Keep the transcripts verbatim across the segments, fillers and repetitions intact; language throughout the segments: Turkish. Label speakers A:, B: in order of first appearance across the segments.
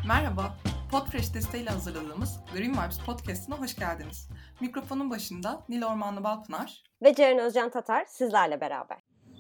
A: Merhaba, Podfresh desteğiyle hazırladığımız Green Vibes Podcast'ına hoş geldiniz. Mikrofonun başında Nil Ormanlı Balpınar
B: ve Ceren Özcan Tatar sizlerle beraber.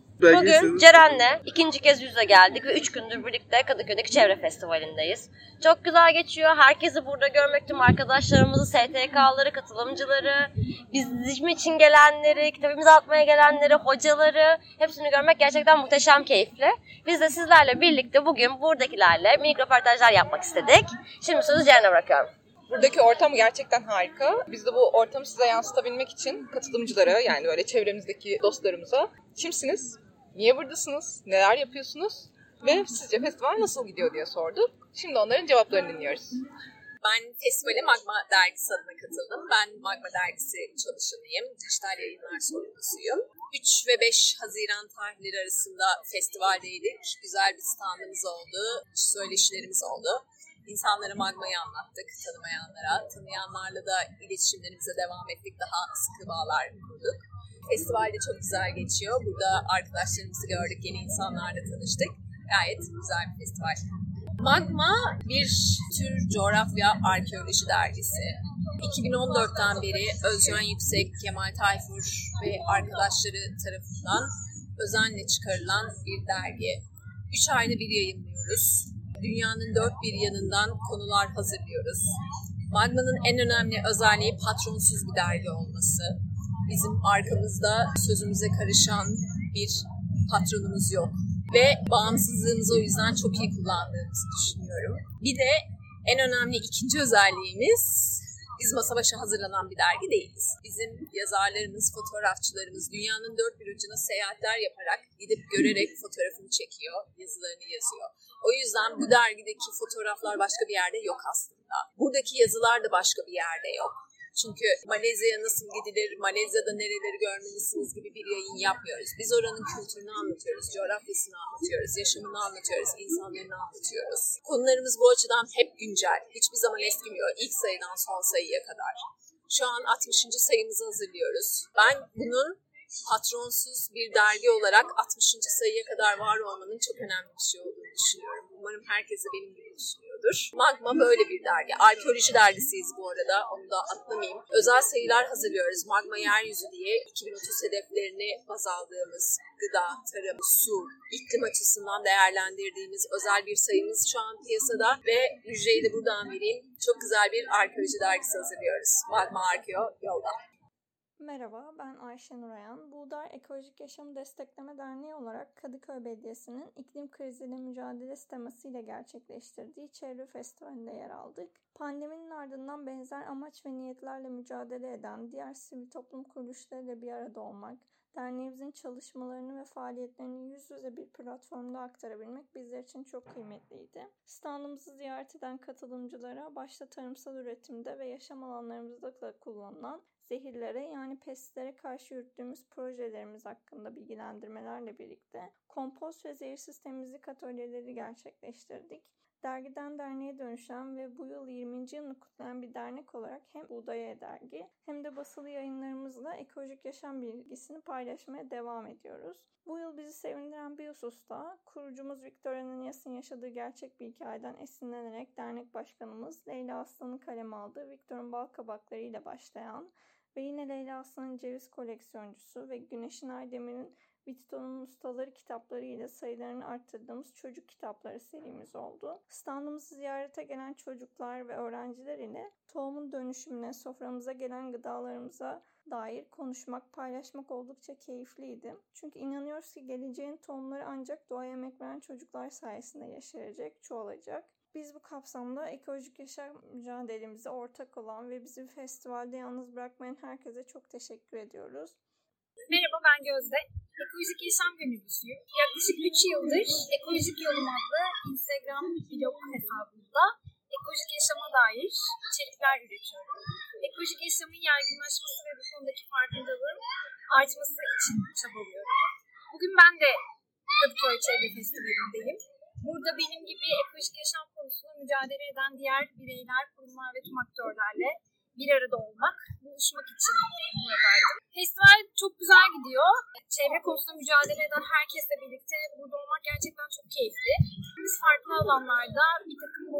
C: Bugün Ceren'le ikinci kez yüze geldik ve üç gündür birlikte Kadıköy'deki Çevre Festivali'ndeyiz. Çok güzel geçiyor. Herkesi burada görmek, tüm arkadaşlarımızı, S T K'ları, katılımcıları, bizim için gelenleri, kitap imzatmaya gelenleri, hocaları, hepsini görmek gerçekten muhteşem keyifli. Biz de sizlerle birlikte bugün buradakilerle minik röportajlar yapmak istedik. Şimdi sözü Ceren'e bırakıyorum.
D: Buradaki ortam gerçekten harika. Biz de bu ortamı size yansıtabilmek için katılımcılara, yani böyle çevremizdeki dostlarımıza kimsiniz? Niye buradasınız? Neler yapıyorsunuz? Ve sizce festival nasıl gidiyor diye sorduk. Şimdi onların cevaplarını dinliyoruz.
E: Ben festivale Magma Dergisi adına katıldım. Ben Magma Dergisi çalışanıyım. Dijital yayınlar sorumlusuyum. üç ve beş Haziran tarihleri arasında festivaldeydik. Güzel bir standımız oldu. Söyleşilerimiz oldu. İnsanlara Magma'yı anlattık, tanımayanlara. Tanıyanlarla da iletişimlerimize devam ettik. Daha sıkı bağlar kurduk. Festival de çok güzel geçiyor. Burada arkadaşlarımızı gördük, yeni insanlarla tanıştık. Gayet güzel bir festival. Magma bir tür coğrafya arkeoloji dergisi. iki bin on dörtten beri Özcan Yüksek, Kemal Tayfur ve arkadaşları tarafından özenle çıkarılan bir dergi. Üç ayda bir yayınlıyoruz. Dünyanın dört bir yanından konular hazırlıyoruz. Magma'nın en önemli özelliği patronsuz bir dergi olması. Bizim arkamızda sözümüze karışan bir patronumuz yok. Ve bağımsızlığımızı o yüzden çok iyi kullandığımızı düşünüyorum. Bir de en önemli ikinci özelliğimiz, biz masa başı hazırlanan bir dergi değiliz. Bizim yazarlarımız, fotoğrafçılarımız dünyanın dört bir ucuna seyahatler yaparak gidip görerek fotoğrafını çekiyor, yazılarını yazıyor. O yüzden bu dergideki fotoğraflar başka bir yerde yok aslında. Buradaki yazılar da başka bir yerde yok. Çünkü Malezya'ya nasıl gidilir, Malezya'da nereleri görmelisiniz gibi bir yayın yapmıyoruz. Biz oranın kültürünü anlatıyoruz, coğrafyasını anlatıyoruz, yaşamını anlatıyoruz, insanlarını anlatıyoruz. Konularımız bu açıdan hep güncel, hiçbir zaman eskimiyor ilk sayıdan son sayıya kadar. Şu an altmışıncı sayımızı hazırlıyoruz. Ben bunun patronsuz bir dergi olarak altmışıncı sayıya kadar var olmanın çok önemli bir şey olduğunu düşünüyorum. Umarım herkes de benim gibi düşünüyordur. Magma böyle bir dergi. Arkeoloji dergisiyiz bu arada. Onu da atlamayayım. Özel sayılar hazırlıyoruz. Magma Yeryüzü diye iki bin otuz hedeflerini baz aldığımız gıda, tarım, su, iklim açısından değerlendirdiğimiz özel bir sayımız şu an piyasada ve müjdeyi de buradan vereyim. Çok güzel bir arkeoloji dergisi hazırlıyoruz. Magma Arkeo yolda.
F: Merhaba, ben Ayşe Nurayan. Buğday Ekolojik Yaşamı Destekleme Derneği olarak Kadıköy Belediyesi'nin iklim kriziyle mücadelesi temasıyla gerçekleştirdiği Çevre Festivali'nde yer aldık. Pandeminin ardından benzer amaç ve niyetlerle mücadele eden diğer sivil toplum kuruluşlarıyla bir arada olmak, derneğimizin çalışmalarını ve faaliyetlerini yüz yüze bir platformda aktarabilmek bizler için çok kıymetliydi. Standımızı ziyaret eden katılımcılara başta tarımsal üretimde ve yaşam alanlarımızda da kullanılan zehirlere yani pestlere karşı yürüttüğümüz projelerimiz hakkında bilgilendirmelerle birlikte kompost ve zehirsiz temizlik atölyeleri gerçekleştirdik. Dergiden derneğe dönüşen ve bu yıl yirminci yılını kutlayan bir dernek olarak hem Buğday Dergi hem de basılı yayınlarımızla ekolojik yaşam bilgisini paylaşmaya devam ediyoruz. Bu yıl bizi sevindiren bir hususta kurucumuz Victor Ananias'ın yaşadığı gerçek bir hikayeden esinlenerek dernek başkanımız Leyla Aslan'ın kaleme aldığı Victor'un bal kabakları ile başlayan ve yine Leyla Aslan'ın ceviz koleksiyoncusu ve Güneşin Aydemir'in Vitito'nun ustaları kitapları ile sayılarını arttırdığımız çocuk kitapları serimiz oldu. Standımızı ziyarete gelen çocuklar ve öğrenciler ile tohumun dönüşümüne, soframıza gelen gıdalarımıza dair konuşmak, paylaşmak oldukça keyifliydi. Çünkü inanıyoruz ki geleceğin tohumları ancak doğaya emek veren çocuklar sayesinde yeşerecek, çoğalacak. Biz bu kapsamda ekolojik yaşam mücadelemize ortak olan ve bizi festivalde yalnız bırakmayan herkese çok teşekkür ediyoruz.
G: Merhaba, ben Gözde. Ekolojik Yaşam Gönüllüsüyüm. Yaklaşık üç yıldır Ekolojik Yolum adlı Instagram blog hesabımda ekolojik yaşama dair içerikler üretiyorum. Ekolojik yaşamın yaygınlaşması ve bu konudaki farkındalığın artması için çabalıyorum. Bugün ben de Kadıköy Çevre Festivali'ndeyim. Burada benim gibi ekolojik yaşam konusunda mücadele eden diğer bireyler, kurumlar ve tüm aktörlerle bir arada olmak, buluşmak için buradaydım. Festival çok güzel gidiyor. Çevre konusunda mücadele eden herkesle birlikte burada olmak gerçekten çok keyifli. Biz farklı alanlarda bir takım boşlukları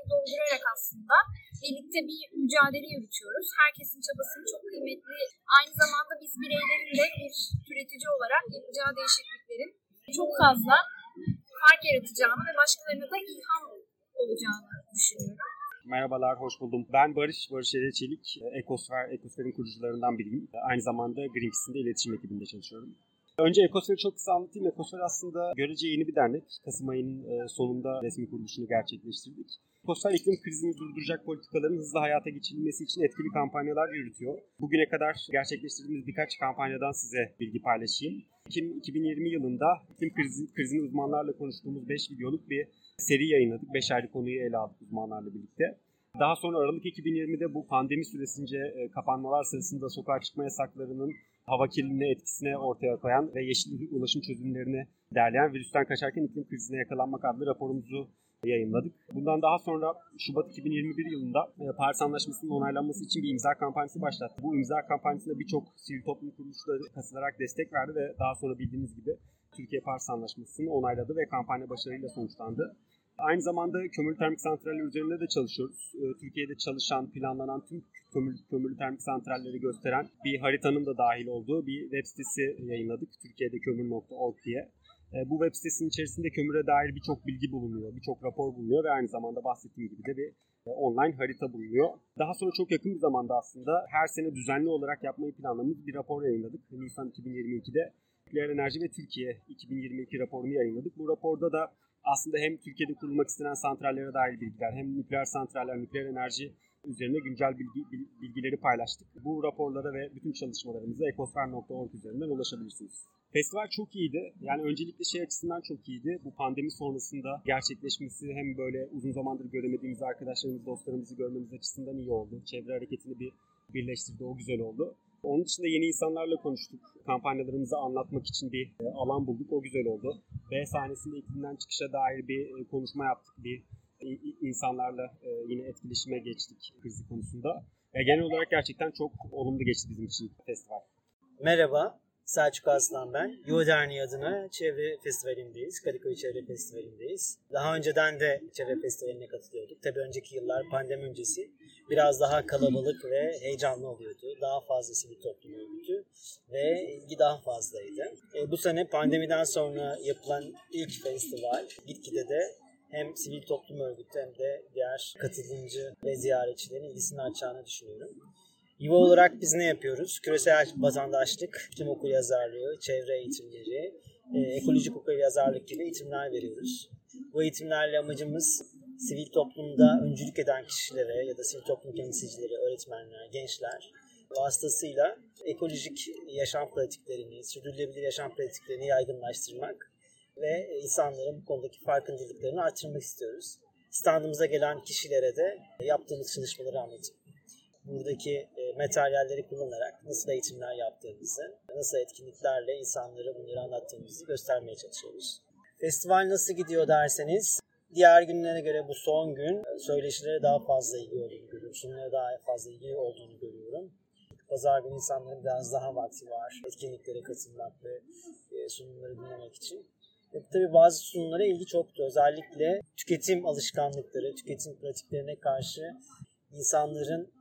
G: doldurarak aslında birlikte bir mücadele yürütüyoruz. Herkesin çabasının çok kıymetli. Aynı zamanda biz bireylerin de bir üretici olarak yapacağı değişikliklerin çok fazla fark yaratacağını ve başkalarına da ilham olacağını düşünüyorum.
H: Merhabalar, hoş buldum. Ben Barış, Barış Ere Çelik. Ekosfer, Ekosfer'in kurucularından biriyim. Aynı zamanda Greenpeace'in de iletişim ekibinde çalışıyorum. Önce Ekosfer'i çok kısa anlatayım. Ekosfer aslında görece yeni bir dernek. Kasım ayının sonunda resmi kuruluşunu gerçekleştirdik. Ekosfer iklim krizini durduracak politikaların hızlı hayata geçirilmesi için etkili kampanyalar yürütüyor. Bugüne kadar gerçekleştirdiğimiz birkaç kampanyadan size bilgi paylaşayım. iki bin yirmi yılında iklim krizi, krizini uzmanlarla konuştuğumuz beş videoluk bir seri yayınladık. beş ayrı konuyu ele aldık uzmanlarla birlikte. Daha sonra Aralık iki bin yirmide bu pandemi süresince kapanmalar sırasında sokağa çıkma yasaklarının hava kirliliğine etkisine ortaya koyan ve yeşil ulaşım çözümlerini derleyen Virüsten Kaçarken İklim Krizine Yakalanmak adlı raporumuzu yayınladık. Bundan daha sonra Şubat iki bin yirmi bir yılında Paris Anlaşması'nın onaylanması için bir imza kampanyası başlattı. Bu imza kampanyasında birçok sivil toplum kuruluşları katılarak destek verdi ve daha sonra bildiğiniz gibi Türkiye Paris Anlaşması'nı onayladı ve kampanya başarıyla sonuçlandı. Aynı zamanda kömürlü termik santraller üzerinde de çalışıyoruz. Türkiye'de çalışan, planlanan tüm kömürlü, kömürlü termik santralleri gösteren bir haritanın da dahil olduğu bir web sitesi yayınladık. Türkiye'de kömür nokta org diye. Bu web sitesinin içerisinde kömüre dair birçok bilgi bulunuyor, birçok rapor bulunuyor ve aynı zamanda bahsettiğim gibi de bir online harita bulunuyor. Daha sonra çok yakın bir zamanda aslında her sene düzenli olarak yapmayı planladığımız bir rapor yayınladık. Nisan iki bin yirmi ikide Nükleer Enerji ve Türkiye iki bin yirmi iki raporunu yayınladık. Bu raporda da aslında hem Türkiye'de kurulmak istenen santrallere dair bilgiler hem nükleer santraller, nükleer enerji üzerine güncel bilgi, bilgileri paylaştık. Bu raporlara ve bütün çalışmalarımıza ekosfer nokta org üzerinden ulaşabilirsiniz. Festival çok iyiydi. Yani öncelikle şey açısından çok iyiydi. Bu pandemi sonrasında gerçekleşmesi hem böyle uzun zamandır göremediğimiz arkadaşlarımız, dostlarımızı görmemiz açısından iyi oldu. Çevre hareketini bir birleştirdi, o güzel oldu. Onun dışında yeni insanlarla konuştuk. Kampanyalarımızı anlatmak için bir alan bulduk, o güzel oldu. B sahnesinde iklimden çıkışa dair bir konuşma yaptık. Bir insanlarla yine etkileşime geçtik krizi konusunda. Genel olarak gerçekten çok olumlu geçti bizim için festival.
I: Merhaba, Selçuk Aslan ben. Yuva Derneği adına Çevre Festivalindeyiz. Kadıköy Çevre Festivalindeyiz. Daha önceden de Çevre Festivaline katılıyorduk. Tabii önceki yıllar pandemi öncesi biraz daha kalabalık ve heyecanlı oluyordu. Daha fazla sivil toplum örgütü ve ilgi daha fazlaydı. E, bu sene pandemiden sonra yapılan ilk festival gitgide de hem sivil toplum örgütü hem de diğer katılımcı ve ziyaretçilerin ilgisini artacağını düşünüyorum. Yuva olarak biz ne yapıyoruz? Küresel vatandaşlık, iklim okuryazarlığı, çevre eğitimleri, e, ekolojik okuryazarlık gibi eğitimler veriyoruz. Bu eğitimlerle amacımız sivil toplumda öncülük eden kişilere ya da sivil toplum temsilcileri, öğretmenler, gençler vasıtasıyla ekolojik yaşam pratiklerini, sürdürülebilir yaşam pratiklerini yaygınlaştırmak ve insanların bu konudaki farkındalıklarını artırmak istiyoruz. Standımıza gelen kişilere de yaptığımız çalışmaları anlatıp buradaki materyalleri kullanarak nasıl eğitimler yaptığımızı, nasıl etkinliklerle insanlara bunları anlattığımızı göstermeye çalışıyoruz. Festival nasıl gidiyor derseniz, diğer günlere göre bu son gün söyleşilere daha fazla ilgi olduğunu görüyorum. Sunumlara daha fazla ilgi olduğunu görüyorum. Pazar günü insanların biraz daha vakti var etkinliklere katılmak ve sunumları dinlemek için. Ve tabii bazı sunumlara ilgi çoktu. Özellikle tüketim alışkanlıkları, tüketim pratiklerine karşı insanların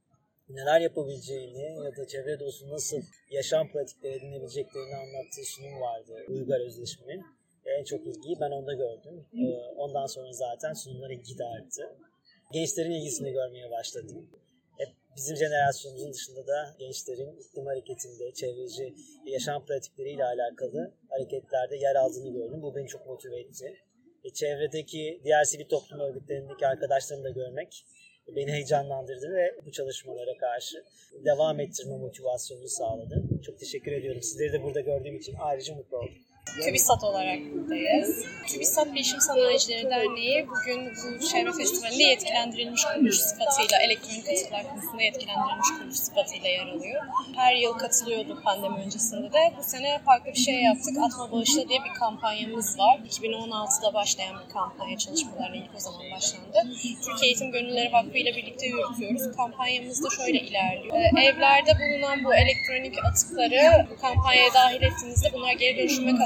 I: neler yapabileceğini ya da çevre dostu nasıl yaşam pratikleri edinebileceklerini anlattığı sunum vardı Uygar Özdeşmen'in. En çok ilgiyi ben onda gördüm. Ondan sonra zaten sunumlara ilgi de arttı. Gençlerin ilgisini görmeye başladım. Hep bizim jenerasyonumuzun dışında da gençlerin iklim hareketinde, çevreci yaşam pratikleriyle alakalı hareketlerde yer aldığını gördüm. Bu beni çok motive etti. E, çevredeki diğer sivil toplum örgütlerindeki arkadaşlarımı da görmek beni heyecanlandırdı ve bu çalışmalara karşı devam ettirme motivasyonunu sağladı. Çok teşekkür ediyorum. Sizleri de burada gördüğüm için ayrıca mutlu oldum.
J: TÜBİSAT olarak buradayız. TÜBİSAT Bilişim Sanayicileri Derneği bugün bu Çevre Festivali'nde yetkilendirilmiş kuruluş sıfatıyla, elektronik atıklar konusunda yetkilendirilmiş kuruluş sıfatıyla yer alıyor. Her yıl katılıyordu pandemi öncesinde de. Bu sene farklı bir şey yaptık. Atma Bağışla diye bir kampanyamız var. iki bin on altıda başlayan bir kampanya, çalışmalarına ilk o zaman başlandı. Türkiye Eğitim Gönüllüleri Vakfı ile birlikte yürütüyoruz. Kampanyamız da şöyle ilerliyor. Evlerde bulunan bu elektronik atıkları bu kampanyaya dahil ettiğinizde bunlar geri dönüşüme kazanıyor.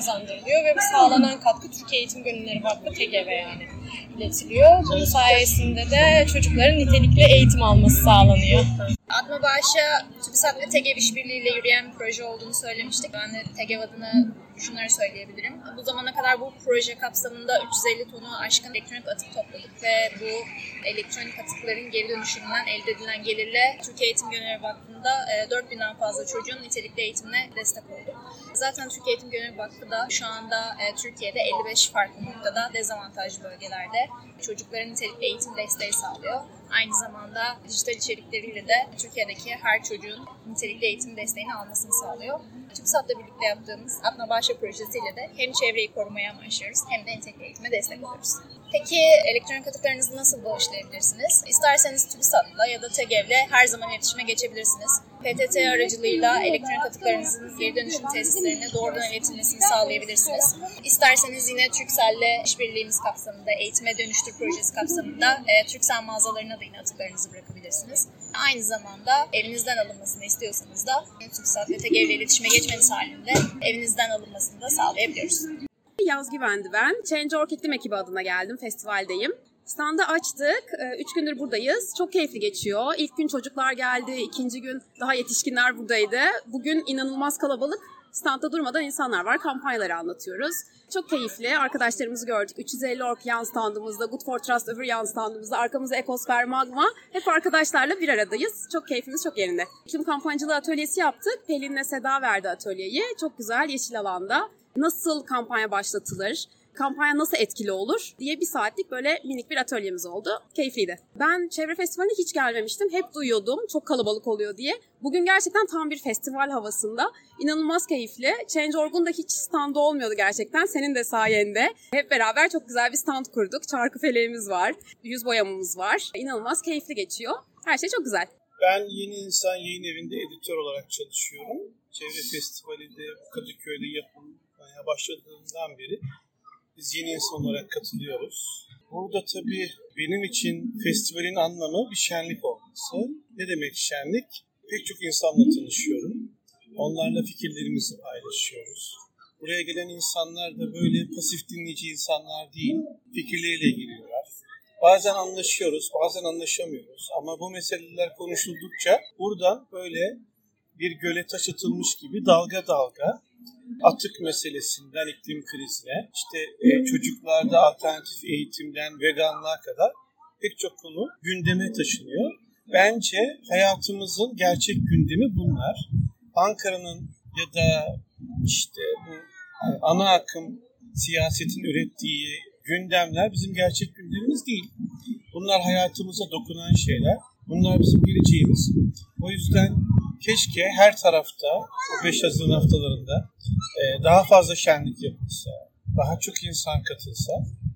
J: kazandırılıyor ve bu sağlanan katkı Türkiye Eğitim Gönülleri Vakfı TEGEV'e yani iletiliyor. Bunun sayesinde de çocukların nitelikli eğitim alması sağlanıyor.
E: Atma Bağış'a TÜBİSAT ve TEGEV işbirliğiyle yürüyen bir proje olduğunu söylemiştik. Ben de TEGEV adına şunları söyleyebilirim. Bu zamana kadar bu proje kapsamında üç yüz elli tonu aşkın elektronik atık topladık ve bu elektronik atıkların geri dönüşümünden elde edilen gelirle Türkiye Eğitim Gönülleri Vakfı'nda dört binden fazla çocuğun nitelikli eğitimine destek oldu. Zaten Türkiye Eğitim Gönülleri Vakfı da şu anda Türkiye'de elli beş farklı noktada dezavantajlı bölgelerde çocukların nitelikli eğitim desteği sağlıyor. Aynı zamanda dijital içerikleriyle de Türkiye'deki her çocuğun nitelikli eğitim desteğini almasını sağlıyor. TÜBİSAT'la birlikte yaptığımız Atma Bağış'a projesiyle de hem çevreyi korumaya amaçlıyoruz hem de nitelikli eğitime destek oluyoruz. Peki elektronik atıklarınızı nasıl bağışlayabilirsiniz? İsterseniz TÜBİSAT'la ya da TEGEV'le her zaman iletişime geçebilirsiniz. P T T aracılığıyla elektronik atıklarınızın geri dönüşüm tesislerine doğrudan iletilmesini sağlayabilirsiniz. İsterseniz yine Turkcell'le işbirliğimiz kapsamında, Eğitime Dönüştür projesi kapsamında e, Turkcell mağazalarına da yine atıklarınızı bırakabilirsiniz. Aynı zamanda evinizden alınmasını istiyorsanız da TÜBİSAT ve TEGEV'le iletişime geçmeniz halinde evinizden alınmasını da sağlayabiliyoruz.
K: Yazgı bendi ben. Change nokta org iklim ekibi adına geldim. Festivaldeyim. Standı açtık. Üç gündür buradayız. Çok keyifli geçiyor. İlk gün çocuklar geldi. İkinci gün daha yetişkinler buradaydı. Bugün inanılmaz kalabalık. Standta durmadan insanlar var. Kampanyaları anlatıyoruz. Çok keyifli. Arkadaşlarımızı gördük. üç yüz elli nokta org yan standımızda, Good for Trust öbür yan standımızda, arkamızda Ekosfer, Magma. Hep arkadaşlarla bir aradayız. Çok keyfimiz çok yerinde. İklim kampanyacılığı atölyesi yaptık. Pelin'le Seda verdi atölyeyi. Çok güzel, yeşil alanda. Nasıl kampanya başlatılır? Kampanya nasıl etkili olur diye bir saatlik böyle minik bir atölyemiz oldu. Keyifliydi. Ben Çevre Festivali'ne hiç gelmemiştim. Hep duyuyordum çok kalabalık oluyor diye. Bugün gerçekten tam bir festival havasında. İnanılmaz keyifli. Change nokta org'un da hiç standı olmuyordu gerçekten. Senin de sayende. Hep beraber çok güzel bir stand kurduk. Çarkı feleğimiz var. Yüz boyamamız var. İnanılmaz keyifli geçiyor. Her şey çok güzel.
L: Ben Yeni İnsan Yayın Evi'nde editör olarak çalışıyorum. Çevre Festivali'de Kadıköy'de yapılmaya başladığından beri biz yeni insan olarak katılıyoruz. Burada tabii benim için festivalin anlamı bir şenlik olması. Ne demek şenlik? Pek çok insanla tanışıyorum. Onlarla fikirlerimizi paylaşıyoruz. Buraya gelen insanlar da böyle pasif dinleyici insanlar değil, fikirleriyle geliyorlar. Bazen anlaşıyoruz, bazen anlaşamıyoruz. Ama bu meseleler konuşuldukça buradan böyle bir göle taş atılmış gibi dalga dalga atık meselesinden iklim krizine, işte e, çocuklarda alternatif eğitimden veganlığa kadar pek çok konu gündeme taşınıyor. Bence hayatımızın gerçek gündemi bunlar. Ankara'nın ya da işte bu ana akım siyasetin ürettiği gündemler bizim gerçek gündemimiz değil. Bunlar hayatımıza dokunan şeyler. Bunlar bizim geleceğimiz. O yüzden keşke her tarafta, o beş Haziran haftalarında e, daha fazla şenlik yapılsa, daha çok insan katılsa.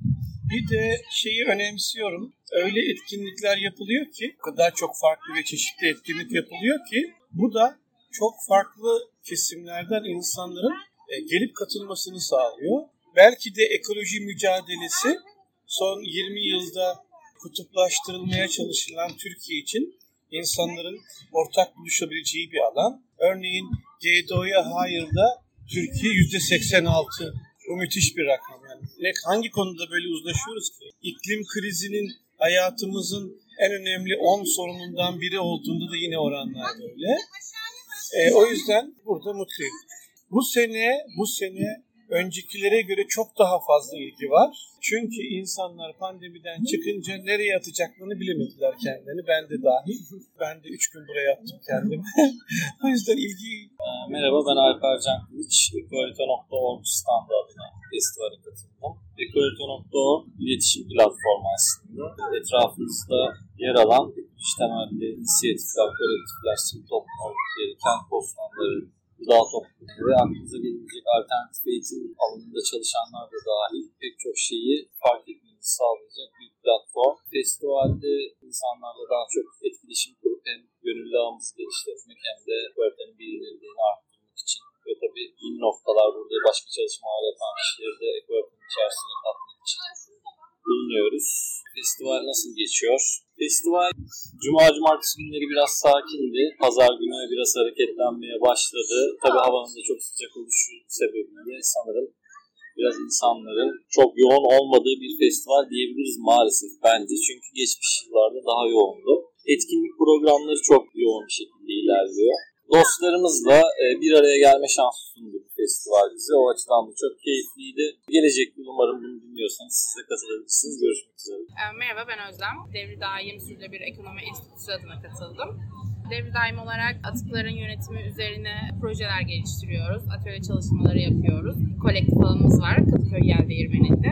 L: Bir de şeyi önemsiyorum, öyle etkinlikler yapılıyor ki, o kadar çok farklı ve çeşitli etkinlik yapılıyor ki, bu da çok farklı kesimlerden insanların e, gelip katılmasını sağlıyor. Belki de ekoloji mücadelesi son yirmi yılda kutuplaştırılmaya çalışılan Türkiye için insanların ortak buluşabileceği bir alan. Örneğin G D O'ya hayırda Türkiye yüzde seksen altı. Bu müthiş bir rakam. Yani hangi konuda böyle uzlaşıyoruz ki? İklim krizinin hayatımızın en önemli on sorunundan biri olduğunda da yine oranlar böyle. E, o yüzden burada mutluyum. Bu sene, bu sene öncekilere göre çok daha fazla ilgi var. Çünkü insanlar pandemiden çıkınca nereye atacaklarını bilemediler kendilerini. Ben de dahil. Ben de üç gün buraya attım kendimi. O yüzden ilgi...
M: Merhaba, ben Alper Can Kılıç. Ecoharita nokta org standı adına festivale katıldım. Ecoharita nokta org iletişim platformu aslında. Etrafımızda yer alan ekoloji temelli inisiyatifler, kolektifler, sivil toplum örgütleri, kent postmanları, gıda toplumu ve aklınıza gelebilecek alternatif eğitim alanında çalışanlar da dahil pek çok şeyi fark etmenizi sağlayacak bir platform. Festivalde insanlarla daha çok etkileşim kurup hem gönüllü ağımızı geliştirmek hem de öğretmenin bilinirliğini arttırmak için ve tabii yeni noktalar burada başka çalışmalar yapan kişileri de öğretmenin içerisine katmak için bulunuyoruz. Festival nasıl geçiyor? Festival Cuma Cumartesi günleri biraz sakindi. Pazar günü biraz hareketlenmeye başladı. Tabii havanın da çok sıcak oluşu sebebiyle sanırım biraz insanların çok yoğun olmadığı bir festival diyebiliriz maalesef bence. Çünkü geçmiş yıllarda daha yoğundu. Etkinlik programları çok yoğun bir şekilde ilerliyor. Dostlarımızla bir araya gelme şansı sundu bu festival bize. O açıdan da çok keyifliydi. Gelecek yıl umarım bunu dinliyorsanız siz de katılabilirsiniz. Görüşmek üzere.
K: Merhaba, ben Özlem. Devri Daim Sürdürülebilir Ekonomi Enstitüsü adına katıldım. Devri Daim olarak atıkların yönetimi üzerine projeler geliştiriyoruz. Atölye çalışmaları yapıyoruz. Kolektif alanımız var Kadıköy Yel Değirmeni'nde.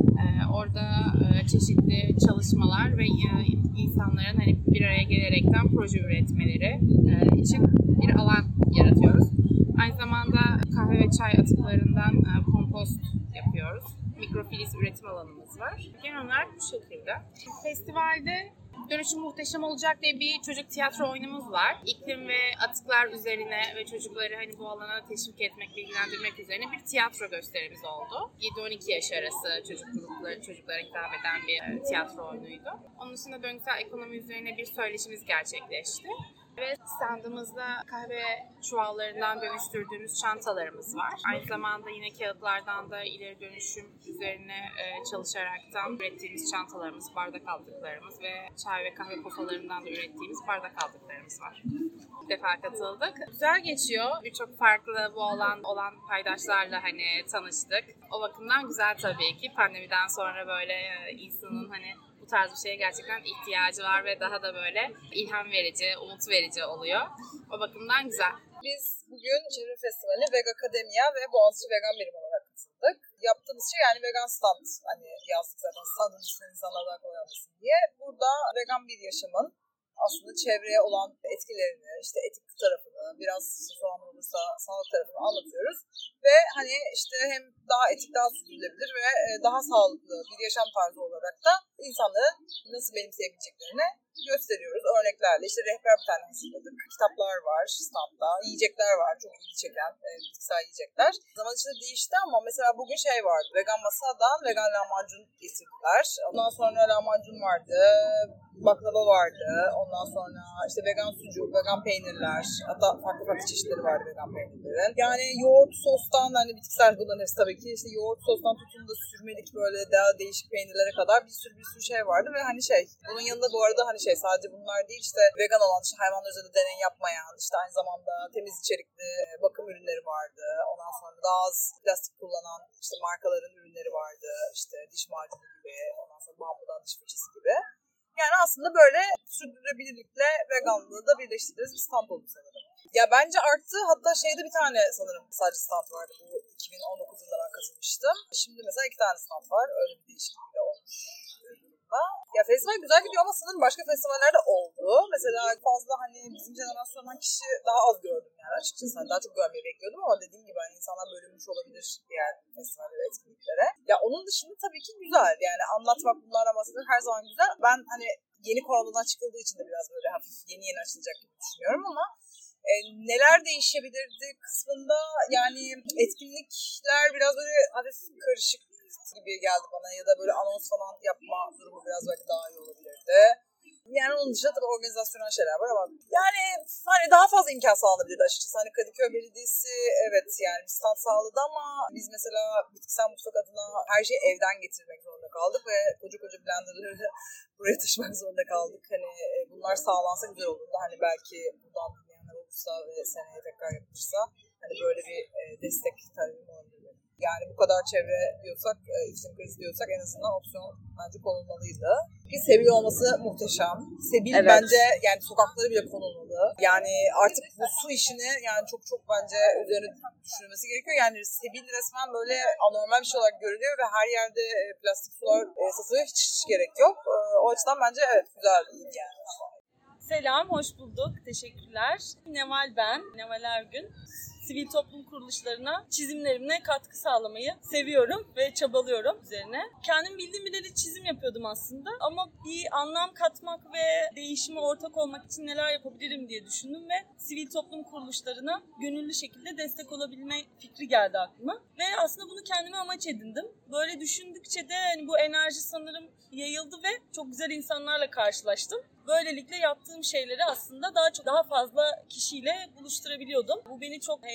K: Orada çeşitli çalışmalar ve insanların hani bir araya gelerekten proje üretmeleri için bir alan yaratıyoruz. Aynı zamanda kahve ve çay atıklarından kompost yapıyoruz. Mikrofiliz üretim alanımız var. Genel olarak bu şekilde. Festivalde Dönüşüm Muhteşem Olacak diye bir çocuk tiyatro oyunumuz var. İklim ve atıklar üzerine ve çocukları hani bu alana teşvik etmek, bilgilendirmek üzerine bir tiyatro gösterimiz oldu. yedi on iki yaş arası çocuk grupları, çocuklara hitap eden bir tiyatro oyunuydu. Onun dışında döngüsel ekonomi üzerine bir söyleşimiz gerçekleşti. Ve standımızda kahve çuvallarından dönüştürdüğümüz çantalarımız var. Aynı zamanda yine kağıtlardan da ileri dönüşüm üzerine çalışaraktan ürettiğimiz çantalarımız, bardak aldıklarımız ve çay ve kahve pofalarından da ürettiğimiz bardak aldıklarımız var. Bir defa katıldık. Güzel geçiyor. Birçok farklı bu alan olan paydaşlarla hani tanıştık. O bakımdan güzel tabii ki. Pandemiden sonra böyle insanın hani bu tarz bir şeye gerçekten ihtiyacı var ve daha da böyle ilham verici, umut verici oluyor. O bakımdan güzel.
D: Biz bugün Çevre Festivali Vegakademia ve Boğaziçi Vegan Birim olarak katıldık. Yaptığımız şey yani vegan stand. Hani yazdık zaten standın üstüne insanlar daha kolay anlasın diye. Burada vegan bir yaşamın aslında çevreye olan etkilerini, işte etik tarafını, biraz soğan olursa sağlık tarafını anlatıyoruz. Ve hani işte hem daha etik, daha sürdürülebilir ve daha sağlıklı bir yaşam tarzı olarak da insanların nasıl benimseyebileceklerini gösteriyoruz. Örneklerle işte rehber bir tane hazırladık. Kitaplar var standta, yiyecekler var, çok ilgi çeken e, bitkisel yiyecekler. Zaman içinde değişti ama mesela bugün şey vardı, vegan masadan vegan lahmacun getirdiler. Ondan sonra lahmacun vardı, baklava vardı. Ondan sonra işte vegan sucuk, vegan peynirler, hatta farklı farklı çeşitleri vardı vegan peynirlerin. Yani yoğurt sostan, hani bitkisel bunların hepsi tabii ki işte yoğurt sostan tutun da sürmelik böyle daha değişik peynirlere kadar bir sürü bir sürü şey vardı ve hani şey, bunun yanında bu arada hani şey sadece bunlar değil, işte vegan olan, işte hayvanlar üzerinde deney yapmayan, işte aynı zamanda temiz içerikli bakım ürünleri vardı. Ondan sonra daha az plastik kullanan işte markaların ürünleri vardı. İşte diş macunu gibi, ondan sonra bambudan diş fırçası gibi. Yani aslında böyle sürdürülebilirlikle veganlığı da birleştirdiğimiz bir stand oldu sanırım. Ya bence arttı. Hatta şeyde bir tane sanırım sadece stand vardı. Bu iki bin on dokuz yılında ben katılmıştım. Şimdi mesela iki tane stand var. Öyle bir değişiklik de olmuş durumda. Ya festival güzel gidiyor ama sanırım başka festivaller de oldu. Mesela fazla hani bizim jenerasyondan kişi daha az gördüm yani açıkçası. Yani daha çok görmeyi bekliyordum ama dediğim gibi hani insanlar bölünmüş olabilir diğer festivallere, etkinliklere. Ya onun dışında tabii ki güzel. Yani anlatmak, bunlardan bahsetmek her zaman güzel. Ben hani yeni koronadan çıkıldığı için de biraz böyle hafif yeni yeni açılacak gibi düşünüyorum ama e, neler değişebilirdi kısmında yani etkinlikler biraz böyle hafif karışık gibi geldi bana ya da böyle anons falan yapma durumu biraz belki daha iyi olabilirdi. Yani onun dışında tabii organizasyonel şeyler var ama yani hani daha fazla imkan sağlanabilirdi açıkçası. Hani Kadıköy Belediyesi evet yani bir stand sağladı ama biz mesela bitkisel mutfak adına her şeyi evden getirmek zorunda kaldık ve koca koca blenderları buraya taşımak zorunda kaldık. Hani bunlar sağlansa güzel olurdu. Hani belki buradan dinleyenler olursa ve seneye tekrar yapılırsa hani böyle bir destek talebim olabilir. Yani bu kadar çevre diyorsak, iklim krizi diyorsak en azından opsiyon bence konulmalıydı. Bir sebil olması muhteşem. Sebil evet. Bence yani sokakları bile konulmalı. Yani artık bu su işini yani çok çok bence üzerine düşünülmesi gerekiyor. Yani sebil resmen böyle anormal bir şey olarak görülüyor ve her yerde plastik sular satılıyor. Hiç, hiç gerek yok. O açıdan bence evet güzel değil yani.
N: Selam, hoş bulduk. Teşekkürler. Neval ben, Neval Ergün. Sivil toplum kuruluşlarına çizimlerimle katkı sağlamayı seviyorum ve çabalıyorum üzerine. Kendim bildiğim bileli çizim yapıyordum aslında ama bir anlam katmak ve değişime ortak olmak için neler yapabilirim diye düşündüm ve sivil toplum kuruluşlarına gönüllü şekilde destek olabilme fikri geldi aklıma. Ve aslında bunu kendime amaç edindim. Böyle düşündükçe de hani bu enerji sanırım yayıldı ve çok güzel insanlarla karşılaştım. Böylelikle yaptığım şeyleri aslında daha çok daha fazla kişiyle buluşturabiliyordum. Bu beni çok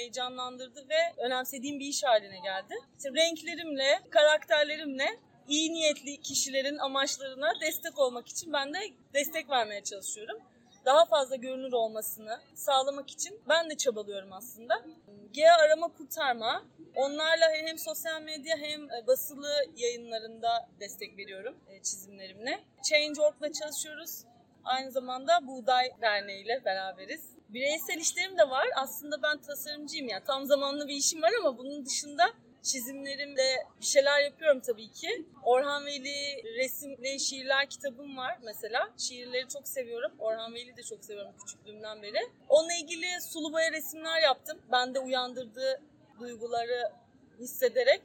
N: heyecanlandırdı ve önemsediğim bir iş haline geldi. İşte renklerimle, karakterlerimle iyi niyetli kişilerin amaçlarına destek olmak için ben de destek vermeye çalışıyorum. Daha fazla görünür olmasını sağlamak için ben de çabalıyorum aslında. G A arama kurtarma, onlarla hem sosyal medya hem basılı yayınlarında destek veriyorum çizimlerimle. Change nokta org'la çalışıyoruz. Aynı zamanda Buğday Derneği ile beraberiz. Bireysel işlerim de var. Aslında ben tasarımcıyım ya. Tam zamanlı bir işim var ama bunun dışında çizimlerimde bir şeyler yapıyorum tabii ki. Orhan Veli resimli şiirler kitabım var mesela. Şiirleri çok seviyorum. Orhan Veli'yi de çok seviyorum küçüklüğümden beri. Onunla ilgili sulu boya resimler yaptım. Bende uyandırdığı duyguları hissederek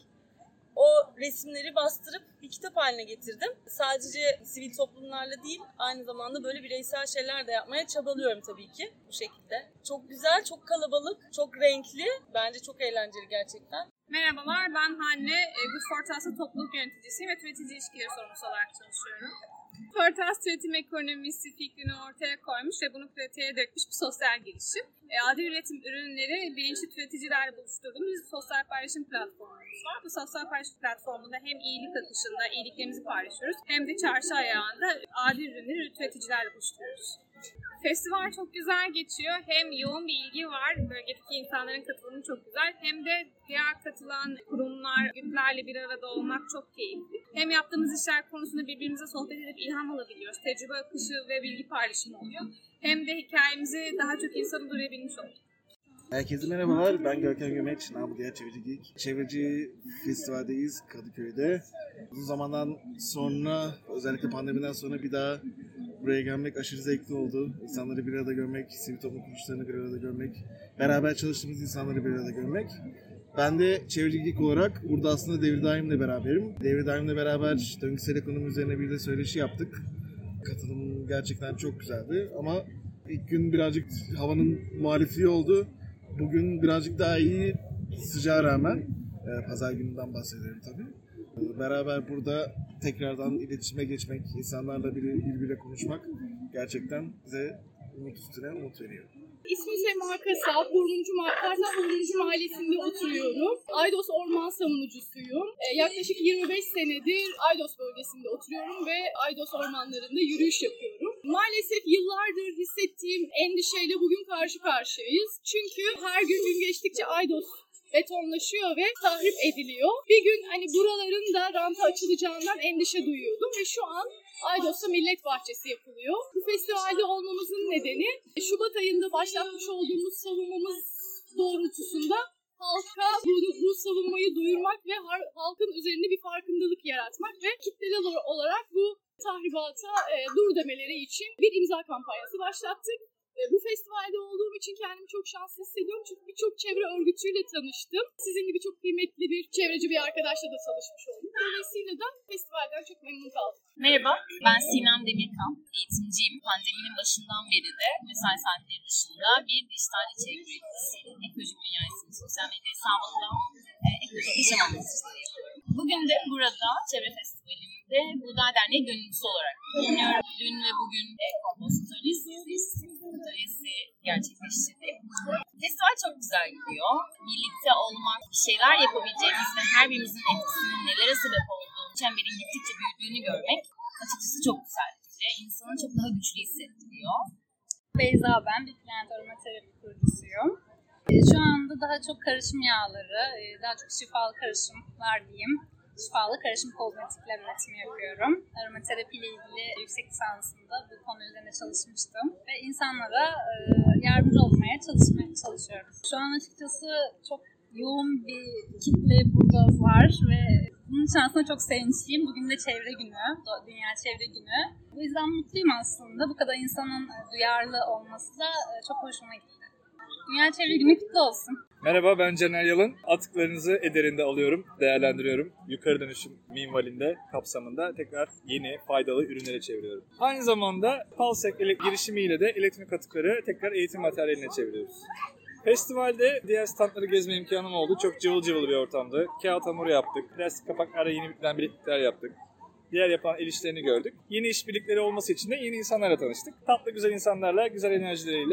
N: o resimleri bastırıp bir kitap haline getirdim. Sadece sivil toplumlarla değil, aynı zamanda böyle bireysel şeyler de yapmaya çabalıyorum tabii ki bu şekilde. Çok güzel, çok kalabalık, çok renkli. Bence çok eğlenceli gerçekten.
J: Merhabalar, ben Hanne. Good Fortas'ta topluluk yöneticisiyim ve tüketici ilişkileri sorumlusu olarak çalışıyorum. Fortas tüketim ekonomisi fikrini ortaya koymuş ve bunu pratiğe dökmüş bir sosyal girişim. E, adil üretim ürünleri bilinçli tüketicilerle buluşturduğumuz bir sosyal paylaşım platformumuz var. Bu sosyal paylaşım platformunda hem iyilik akışında iyiliklerimizi paylaşıyoruz hem de çarşı ayağında adil ürünleri tüketicilerle buluşturuyoruz. Festival çok güzel geçiyor. Hem yoğun bir ilgi var, bölgedeki insanların katılımı çok güzel. Hem de diğer katılan kurumlar, örgütlerle bir arada olmak çok keyifli. Hem yaptığımız işler konusunda birbirimize sohbet edip ilham alabiliyoruz. Tecrübe akışı ve bilgi paylaşımı oluyor. Hem de hikayemizi daha çok insanı duyabilmiş olduk.
O: Herkese merhabalar, ben Görkem Gömeç, namı diğer Çevreci Geek. Çevreci Festival'deyiz Kadıköy'de. Uzun zamandan sonra, özellikle pandemiden sonra bir daha buraya gelmek aşırı zevkli oldu. İnsanları bir arada görmek, sivil toplum kuruluşlarını bir arada görmek, beraber çalıştığımız insanları bir arada görmek. Ben de Çevreci Geek olarak burada aslında Devir Daim'le beraberim. Devir Daim'le beraber döngüsel ekonomi üzerine bir de söyleşi yaptık. Katılım gerçekten çok güzeldi ama ilk gün birazcık havanın muhalifliği oldu. Bugün birazcık daha iyi, sıcağa rağmen. Pazar gününden bahsediyorum tabii. Beraber burada tekrardan iletişime geçmek, insanlarla birbiriyle konuşmak gerçekten bize umut üstüne umut veriyor.
P: İsmim Sema Kasap, Buruncu, Kartal Buruncu Mahallesi'nde oturuyorum. Aydos Orman Savunucusuyum. E, yaklaşık yirmi beş senedir Aydos bölgesinde oturuyorum ve Aydos ormanlarında yürüyüş yapıyorum. Maalesef yıllardır hissettiğim endişeyle bugün karşı karşıyayız. Çünkü her gün gün geçtikçe Aydos betonlaşıyor ve tahrip ediliyor. Bir gün hani buraların da ranta açılacağından endişe duyuyordum ve şu an Aydos'ta Millet Bahçesi yapılıyor. Bu festivalde olmamızın nedeni Şubat ayında başlatmış olduğumuz savunmamız doğrultusunda halka bu, bu savunmayı duyurmak ve halkın üzerinde bir farkındalık yaratmak ve kitlesel olarak bu tahribata e, dur demeleri için bir imza kampanyası başlattık. Bu festivalde olduğum için kendimi çok şanslı hissediyorum çünkü birçok çevre örgütüyle tanıştım. Sizin gibi çok kıymetli bir çevreci bir arkadaşla da tanışmış oldum. Dolayısıyla da festivalden çok memnun kaldım.
Q: Merhaba, ben Sinem Demirkan. Eğitimciyim. Pandeminin başından beri de mesai saatleri dışında bir dijital içerik üreticisiyle Ekolojik Dünyası'nın sosyal medya hesabında e, ekolojik yaşam anlatışları yapıyorum. Bugün de burada Çevre Festivali'nde Buğday Derneği gönüllüsü olarak bulunuyorum. Dün ve bugün e, kompost atölyesi, temizlik atölyesi gerçekleştirdik. Festival çok güzel gidiyor. Birlikte olmak, bir şeyler yapabileceğimiz ve her birimizin etkisinin nelere sebep olduğu, çemberin gittikçe büyüdüğünü görmek açıkçası çok güzel. İnsanı çok daha güçlü hissettiriyor.
R: Beyza ben, bir plant aromaterapi kurucusuyum. Şu anda daha çok karışım yağları, daha çok şifalı karışımlar diyeyim. Şifalı karışım kozmetikler üretimi yapıyorum. Aromaterapi ile ilgili yüksek lisansımda bu konu üzerine çalışmıştım. Ve insanlara yardımcı olmaya çalışmaya çalışıyorum. Şu an açıkçası çok yoğun bir kitle burada var ve bunun için aslında çok sevinçliyim. Bugün de çevre günü, Dünya Çevre Günü. Bu yüzden mutluyum aslında. Bu kadar insanın duyarlı olması da çok hoşuma gitti. Dünya Çevre Günü kutlu olsun.
S: Merhaba, ben Caner Yalın. Atıklarınızı Eder'inde alıyorum, değerlendiriyorum. Yukarı dönüşüm minvalinde kapsamında tekrar yeni, faydalı ürünlere çeviriyorum. Aynı zamanda Palsek girişimiyle de elektronik atıkları tekrar eğitim materyaline çeviriyoruz. Festivalde diğer standları gezme imkanım oldu. Çok cıvıl cıvıl bir ortamdı. Kağıt hamuru yaptık. Plastik kapaklara yeni bitiren bileklikler yaptık. Diğer yapan el işlerini gördük. Yeni işbirlikleri olması için de yeni insanlarla tanıştık. Tatlı güzel insanlarla, güzel enerjileriyle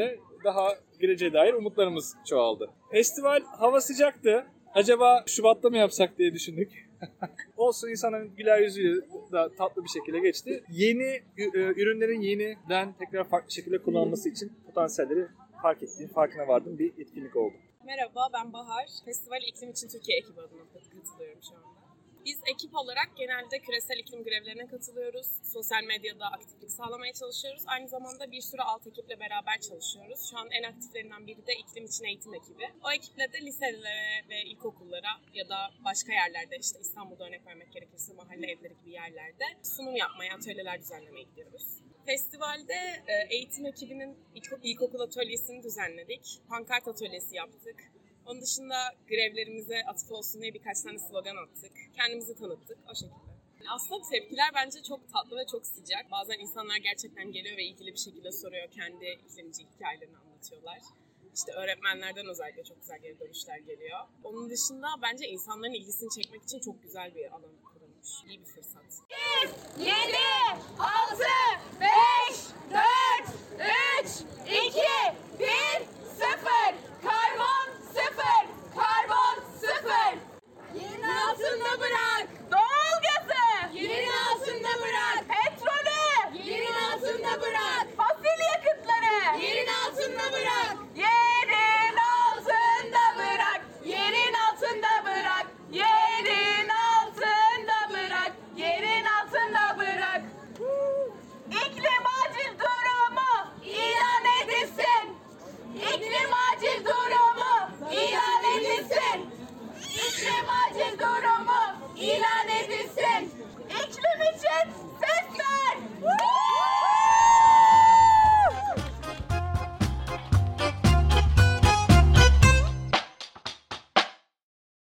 S: daha geleceğe dair umutlarımız çoğaldı. Festival hava sıcaktı. Acaba Şubat'ta mı yapsak diye düşündük. Olsun, insanların güler yüzüyle da tatlı bir şekilde geçti. Yeni ürünlerin yeniden tekrar farklı şekilde kullanılması için potansiyelleri fark ettiğim, farkına vardığım bir etkinlik oldu.
J: Merhaba, ben Bahar. Festival İklim için Türkiye ekibi adına katılıyorum şu anda. Biz ekip olarak genelde küresel iklim grevlerine katılıyoruz. Sosyal medyada aktiflik sağlamaya çalışıyoruz. Aynı zamanda bir sürü alt ekiple beraber çalışıyoruz. Şu an en aktiflerinden biri de iklim için eğitim ekibi. O ekiple de liselere ve ilkokullara ya da başka yerlerde, işte İstanbul'da örnek vermek gerekirse mahalle evleri gibi yerlerde sunum yapmaya, atölyeler düzenlemeye gidiyoruz. Festivalde eğitim ekibinin ilkokul atölyesini düzenledik. Pankart atölyesi yaptık. Onun dışında grevlerimize atıf olsun diye birkaç tane slogan attık. Kendimizi tanıttık o şekilde. Aslında tepkiler bence çok tatlı ve çok sıcak. Bazen insanlar gerçekten geliyor ve ilgili bir şekilde soruyor. Kendi iklimci hikayelerini anlatıyorlar. İşte öğretmenlerden özellikle çok güzel geri dönüşler geliyor. Onun dışında bence insanların ilgisini çekmek için çok güzel bir alan kurulmuş. İyi bir fırsat.
T: yedi, altı, beş, dört, üç, iki, bir, sıfır.